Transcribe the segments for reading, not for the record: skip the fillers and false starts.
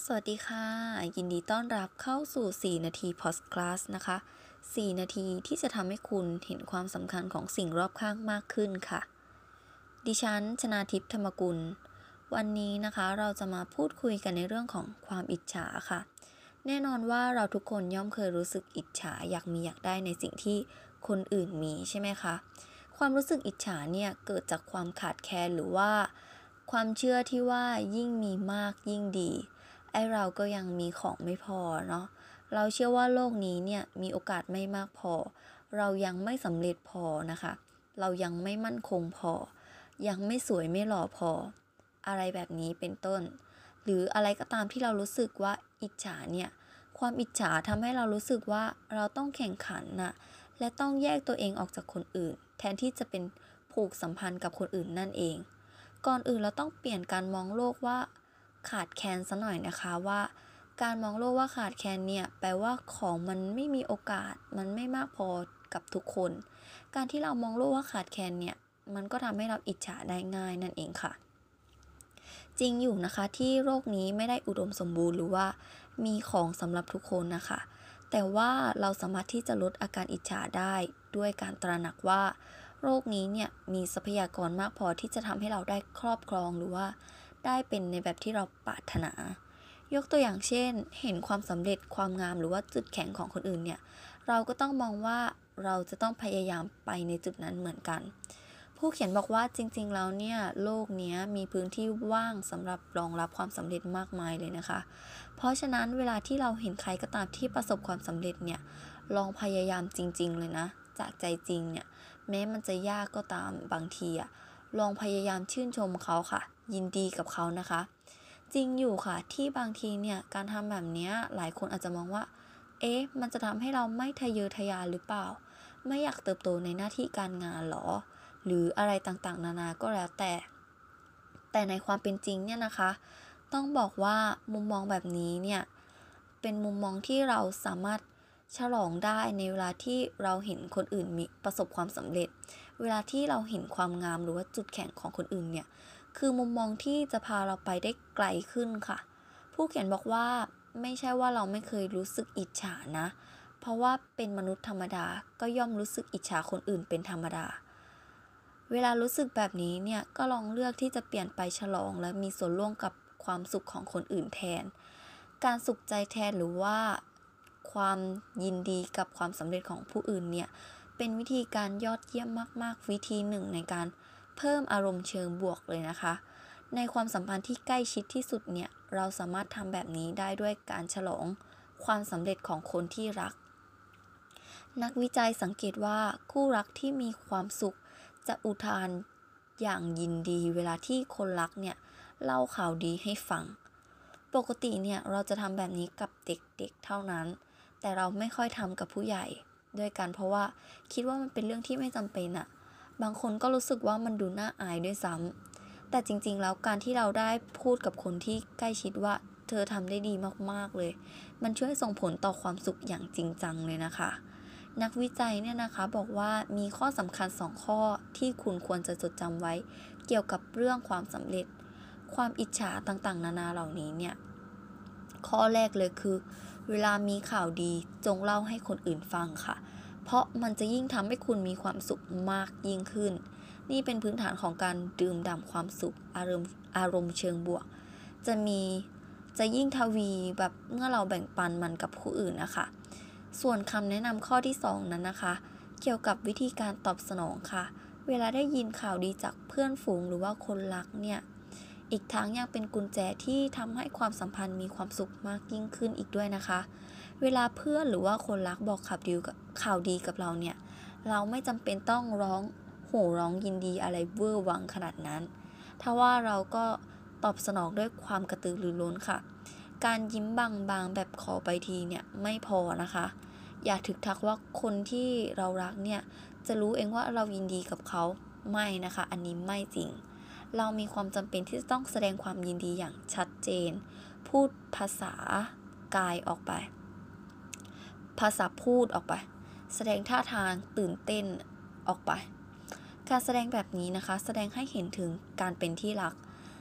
วัสดีค่ะยินดีต้อนรับเข้าสู่4นาทีพอดคาสต์นะคะ4นาทีที่จะทำให้คุณเห็นความสำคัญของสิ่งรอบข้างมากขึ้นค่ะดิฉันชนาทิพย์ธรรมกุลวันนี้นะคะเราจะมาพูดคุยกันในเรื่องของความอิจฉาค่ะแน่นอนว่าเราทุกคนย่อมเคยรู้สึกอิจฉาอยากมีอยากได้ในสิ่งที่คนอื่นมีใช่ไหมคะความรู้สึกอิจฉาเนี่ยเกิดจากความขาดแคลนหรือว่าความเชื่อที่ว่ายิ่งมีมากยิ่งดีเราก็ยังมีของไม่พอเนาะเราเชื่อว่าโลกนี้เนี่ยมีโอกาสไม่มากพอเรายังไม่สำเร็จพอนะคะเรายังไม่มั่นคงพอยังไม่สวยไม่หล่อพออะไรแบบนี้เป็นต้นหรืออะไรก็ตามที่เรารู้สึกว่าอิจฉาเนี่ยความอิจฉาทำให้เรารู้สึกว่าเราต้องแข่งขันน่ะและต้องแยกตัวเองออกจากคนอื่นแทนที่จะเป็นผูกสัมพันธ์กับคนอื่นนั่นเองก่อนอื่นเราต้องเปลี่ยนการมองโลกว่าขาดแคลนซะหน่อยนะคะว่าการมองโลกว่าขาดแคลนเนี่ยแปลว่าของมันไม่มีโอกาสมันไม่มากพอกับทุกคนการที่เรามองโลกว่าขาดแคลนเนี่ยมันก็ทำให้เราอิจฉาได้ง่ายนั่นเองค่ะจริงอยู่นะคะที่โลกนี้ไม่ได้อุดมสมบูรณ์หรือว่ามีของสำหรับทุกคนนะคะแต่ว่าเราสามารถที่จะลดอาการอิจฉาได้ด้วยการตระหนักว่าโลกนี้เนี่ยมีทรัพยากรมากพอที่จะทำให้เราได้ครอบครองหรือว่าได้เป็นในแบบที่เราปรารถนายกตัวอย่างเช่นเห็นความสำเร็จความงามหรือว่าจุดแข็งของคนอื่นเนี่ยเราก็ต้องมองว่าเราจะต้องพยายามไปในจุดนั้นเหมือนกันผู้เขียนบอกว่าจริงๆแล้วเนี่ยโลกนี้มีพื้นที่ว่างสำหรับรองรับความสำเร็จมากมายเลยนะคะเพราะฉะนั้นเวลาที่เราเห็นใครก็ตามที่ประสบความสำเร็จเนี่ยลองพยายามจริงๆเลยนะจากใจจริงเนี่ยแม้มันจะยากก็ตามบางทีอะลองพยายามชื่นชมเขาค่ะยินดีกับเขานะคะจริงอยู่ค่ะที่บางทีเนี่ยการทำแบบนี้หลายคนอาจจะมองว่ามันจะทำให้เราไม่ทะเยอทะยานหรือเปล่าไม่อยากเติบโตในหน้าที่การงานหรอหรืออะไรต่างๆนานาก็แล้วแต่ในความเป็นจริงเนี่ยนะคะต้องบอกว่ามุมมองแบบนี้เนี่ยเป็นมุมมองที่เราสามารถฉลองได้ในเวลาที่เราเห็นคนอื่นมีประสบความสำเร็จเวลาที่เราเห็นความงามหรือว่าจุดแข็งของคนอื่นเนี่ยคือมุมมองที่จะพาเราไปได้ไกลขึ้นค่ะผู้เขียนบอกว่าไม่ใช่ว่าเราไม่เคยรู้สึกอิจฉานะเพราะว่าเป็นมนุษย์ธรรมดาก็ย่อมรู้สึกอิจฉาคนอื่นเป็นธรรมดาเวลารู้สึกแบบนี้เนี่ยก็ลองเลือกที่จะเปลี่ยนไปฉลองและมีส่วนร่วมกับความสุขของคนอื่นแทนการสุขใจแทนหรือว่าความยินดีกับความสำเร็จของผู้อื่นเนี่ยเป็นวิธีการยอดเยี่ยมมากๆวิธีหนึ่งในการเพิ่มอารมณ์เชิงบวกเลยนะคะในความสัมพันธ์ที่ใกล้ชิดที่สุดเนี่ยเราสามารถทำแบบนี้ได้ด้วยการฉลองความสำเร็จของคนที่รักนักวิจัยสังเกตว่าคู่รักที่มีความสุขจะอุทานอย่างยินดีเวลาที่คนรักเนี่ยเล่าข่าวดีให้ฟังปกติเนี่ยเราจะทำแบบนี้กับเด็กๆเท่านั้นแต่เราไม่ค่อยทำกับผู้ใหญ่ด้วยกันเพราะว่าคิดว่ามันเป็นเรื่องที่ไม่จำเป็นอะบางคนก็รู้สึกว่ามันดูน่าอายด้วยซ้ำแต่จริงๆแล้วการที่เราได้พูดกับคนที่ใกล้ชิดว่าเธอทำได้ดีมากๆเลยมันช่วยส่งผลต่อความสุขอย่างจริงจังเลยนะคะนักวิจัยเนี่ยนะคะบอกว่ามีข้อสำคัญ2ข้อที่คุณควรจะจดจำไว้เกี่ยวกับเรื่องความสำเร็จความอิจฉาต่างๆนานาเหล่านี้เนี่ยข้อแรกเลยคือเวลามีข่าวดีจงเล่าให้คนอื่นฟังค่ะเพราะมันจะยิ่งทำให้คุณมีความสุขมากยิ่งขึ้นนี่เป็นพื้นฐานของการดื่มด่ำความสุขอารมณ์เชิงบวกจะยิ่งทวีแบบเมื่อเราแบ่งปันมันกับผู้อื่นนะคะส่วนคำแนะนำข้อที่2นั้นนะคะเกี่ยวกับวิธีการตอบสนองค่ะเวลาได้ยินข่าวดีจากเพื่อนฝูงหรือว่าคนรักเนี่ยอีกทั้งยังเป็นกุญแจที่ทำให้ความสัมพันธ์มีความสุขมากยิ่งขึ้นอีกด้วยนะคะเวลาเพื่อนหรือว่าคนรักบอกข่าวดีกับเราเนี่ยเราไม่จำเป็นต้องร้องยินดีอะไรเวอร์วังขนาดนั้นถ้าว่าเราก็ตอบสนองด้วยความกระตือรือร้นค่ะการยิ้มบางๆแบบขอไปทีเนี่ยไม่พอนะคะอย่าถึกทักว่าคนที่เรารักเนี่ยจะรู้เองว่าเรายินดีกับเขาไม่นะคะอันนี้ไม่จริงเรามีความจำเป็นที่จะต้องแสดงความยินดีอย่างชัดเจนพูดภาษากายออกไปภาษาพูดออกไปแสดงท่าทางตื่นเต้นออกไปการแสดงแบบนี้นะคะแสดงให้เห็นถึงการเป็นที่รัก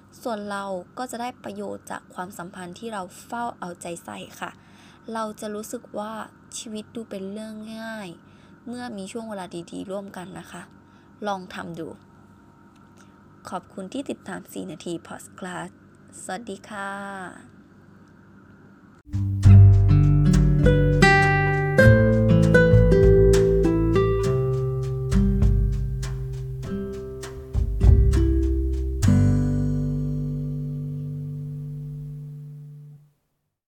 ส่วนเราก็จะได้ประโยชน์จากความสัมพันธ์ที่เราเฝ้าเอาใจใส่ค่ะเราจะรู้สึกว่าชีวิตดูเป็นเรื่องง่ายเมื่อมีช่วงเวลาดีๆร่วมกันนะคะลองทำดูขอบคุณที่ติดตาม4 นาทีพอดคาสต์สวัสดีค่ะ